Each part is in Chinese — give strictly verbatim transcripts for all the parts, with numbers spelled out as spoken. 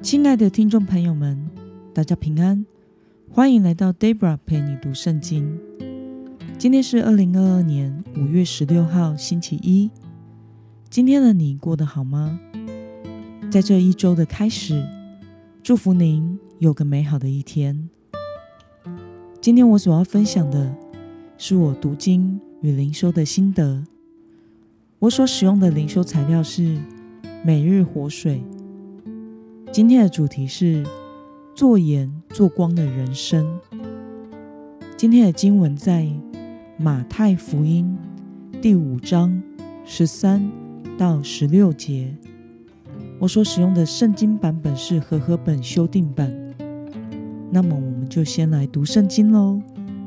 亲爱的听众朋友们，大家平安，欢迎来到 Debra 陪你读圣经。今天是二零二二年五月十六号星期一。今天的你过得好吗？在这一周的开始，祝福您有个美好的一天。今天我所要分享的是我读经与灵修的心得。我所使用的灵修材料是每日活水。今天的主题是做盐做光的人生。今天的经文在马太福音第五章十三到十六节。我所使用的圣经版本是和合本修订版。那么我们就先来读圣经咯。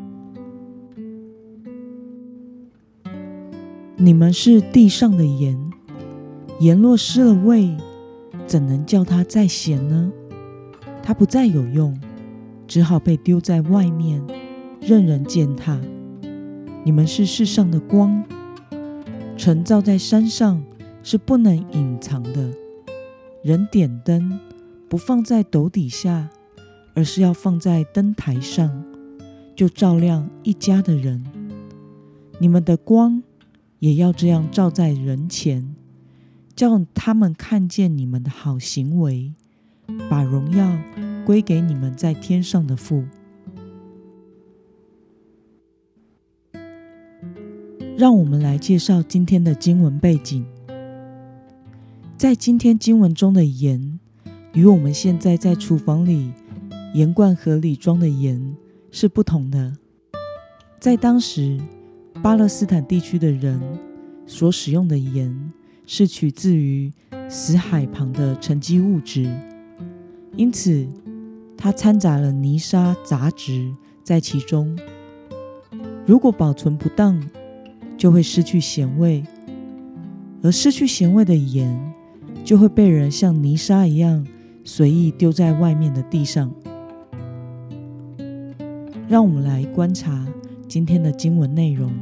你们是地上的盐，盐若失了味，怎能叫它再咸呢？它不再有用，只好被丢在外面，任人践踏。你们是世上的光，城造在山上是不能隐藏的。人点灯，不放在斗底下，而是要放在灯台上，就照亮一家的人。你们的光也要这样照在人前，叫他们看见你们的好行为，把荣耀归给你们在天上的父。让我们来介绍今天的经文背景。在今天经文中的盐，与我们现在在厨房里盐罐盒里装的盐是不同的。在当时，巴勒斯坦地区的人所使用的盐是取自于死海旁的沉积物质，因此它掺杂了泥沙杂质在其中。如果保存不当，就会失去咸味，而失去咸味的盐就会被人像泥沙一样随意丢在外面的地上。让我们来观察今天的经文内容。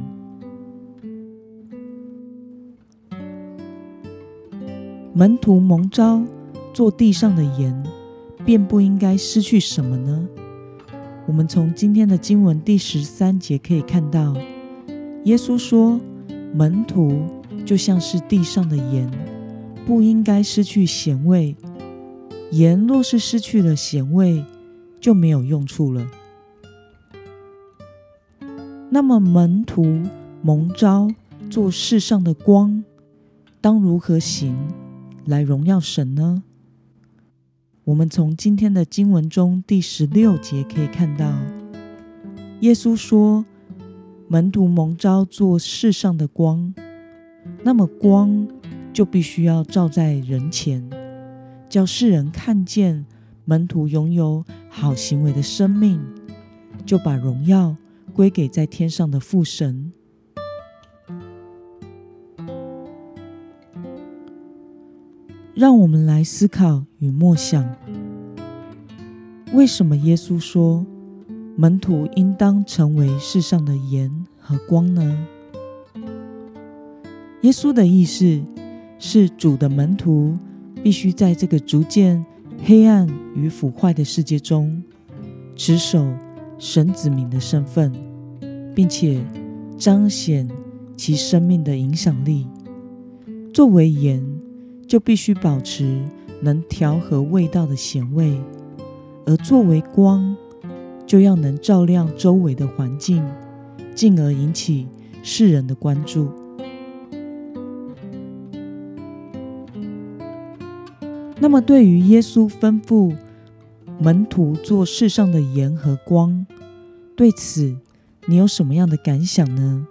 门徒蒙召做地上的盐，便不应该失去什么呢？我们从今天的经文第十三节可以看到，耶稣说，门徒就像是地上的盐，不应该失去咸味。盐若是失去了咸味，就没有用处了。那么门徒蒙召做世上的光，当如何行来荣耀神呢？我们从今天的经文中第十六节可以看到，耶稣说，门徒蒙召做世上的光，那么光就必须要照在人前，叫世人看见门徒拥有好行为的生命，就把荣耀归给在天上的父神。让我们来思考与默想，为什么耶稣说门徒应当成为世上的盐和光呢？耶稣的意思是，主的门徒必须在这个逐渐黑暗与腐坏的世界中，持守神子民的身份，并且彰显其生命的影响力。作为盐，就必须保持能调和味道的咸味，而作为光，就要能照亮周围的环境，进而引起世人的关注。那么对于耶稣吩咐门徒做世上的盐和光，对此你有什么样的感想呢？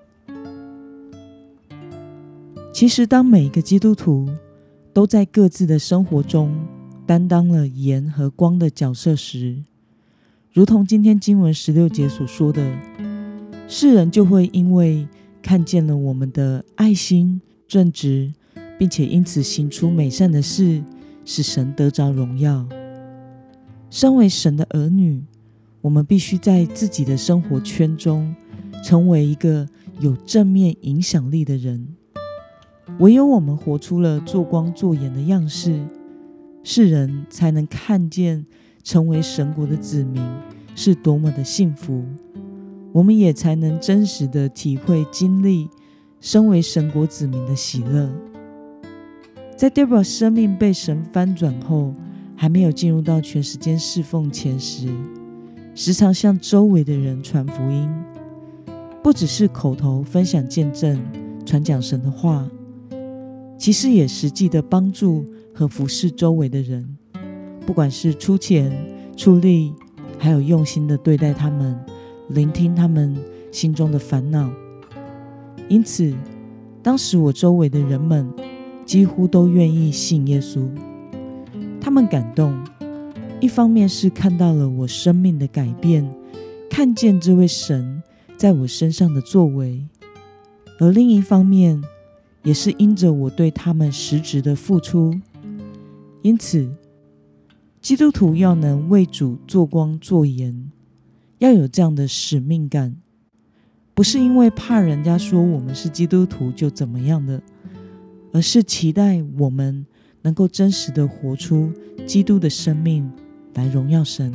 其实当每一个基督徒都在各自的生活中担当了盐和光的角色时，如同今天经文十六节所说的，世人就会因为看见了我们的爱心、正直，并且因此行出美善的事，使神得着荣耀。身为神的儿女，我们必须在自己的生活圈中成为一个有正面影响力的人。唯有我们活出了做光做盐的样式， 世人才能看见成为神国的子民是多么的幸福，我们也才能真实的体会经历身为神国子民的喜乐。在 Deborah 生命被神翻转后，还没有进入到全时间侍奉前时，时常向周围的人传福音，不只是口头分享见证、传讲神的话，其实也实际的帮助和服侍周围的人，不管是出钱、出力，还有用心的对待他们，聆听他们心中的烦恼。因此，当时我周围的人们几乎都愿意信耶稣。他们感动，一方面是看到了我生命的改变，看见这位神在我身上的作为，而另一方面也是因着我对他们实质的付出。因此，基督徒要能为主做光做盐，要有这样的使命感，不是因为怕人家说我们是基督徒就怎么样的，而是期待我们能够真实的活出基督的生命来荣耀神。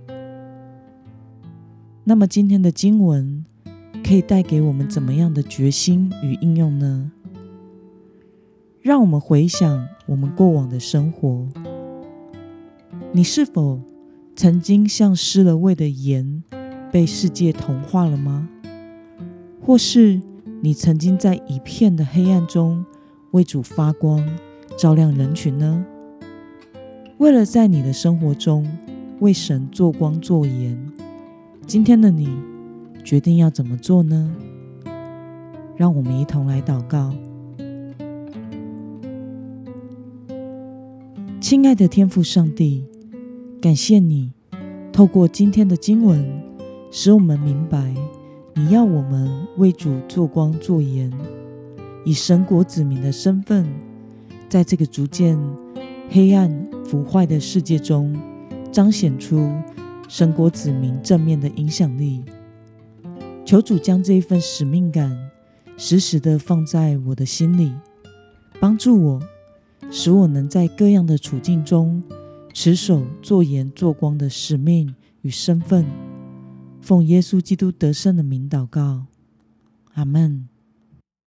那么今天的经文可以带给我们怎么样的决心与应用呢？让我们回想我们过往的生活，你是否曾经像失了味的盐被世界同化了吗？或是你曾经在一片的黑暗中为主发光，照亮人群呢？为了在你的生活中为神做光做盐，今天的你决定要怎么做呢？让我们一同来祷告。亲爱的天父上帝，感谢你透过今天的经文，使我们明白你要我们为主做光做盐，以神国子民的身份，在这个逐渐黑暗腐坏的世界中，彰显出神国子民正面的影响力。求主将这一份使命感时时地放在我的心里，帮助我，使我能在各样的处境中持守做盐做光的使命与身份。奉耶稣基督得胜的名祷告，阿们。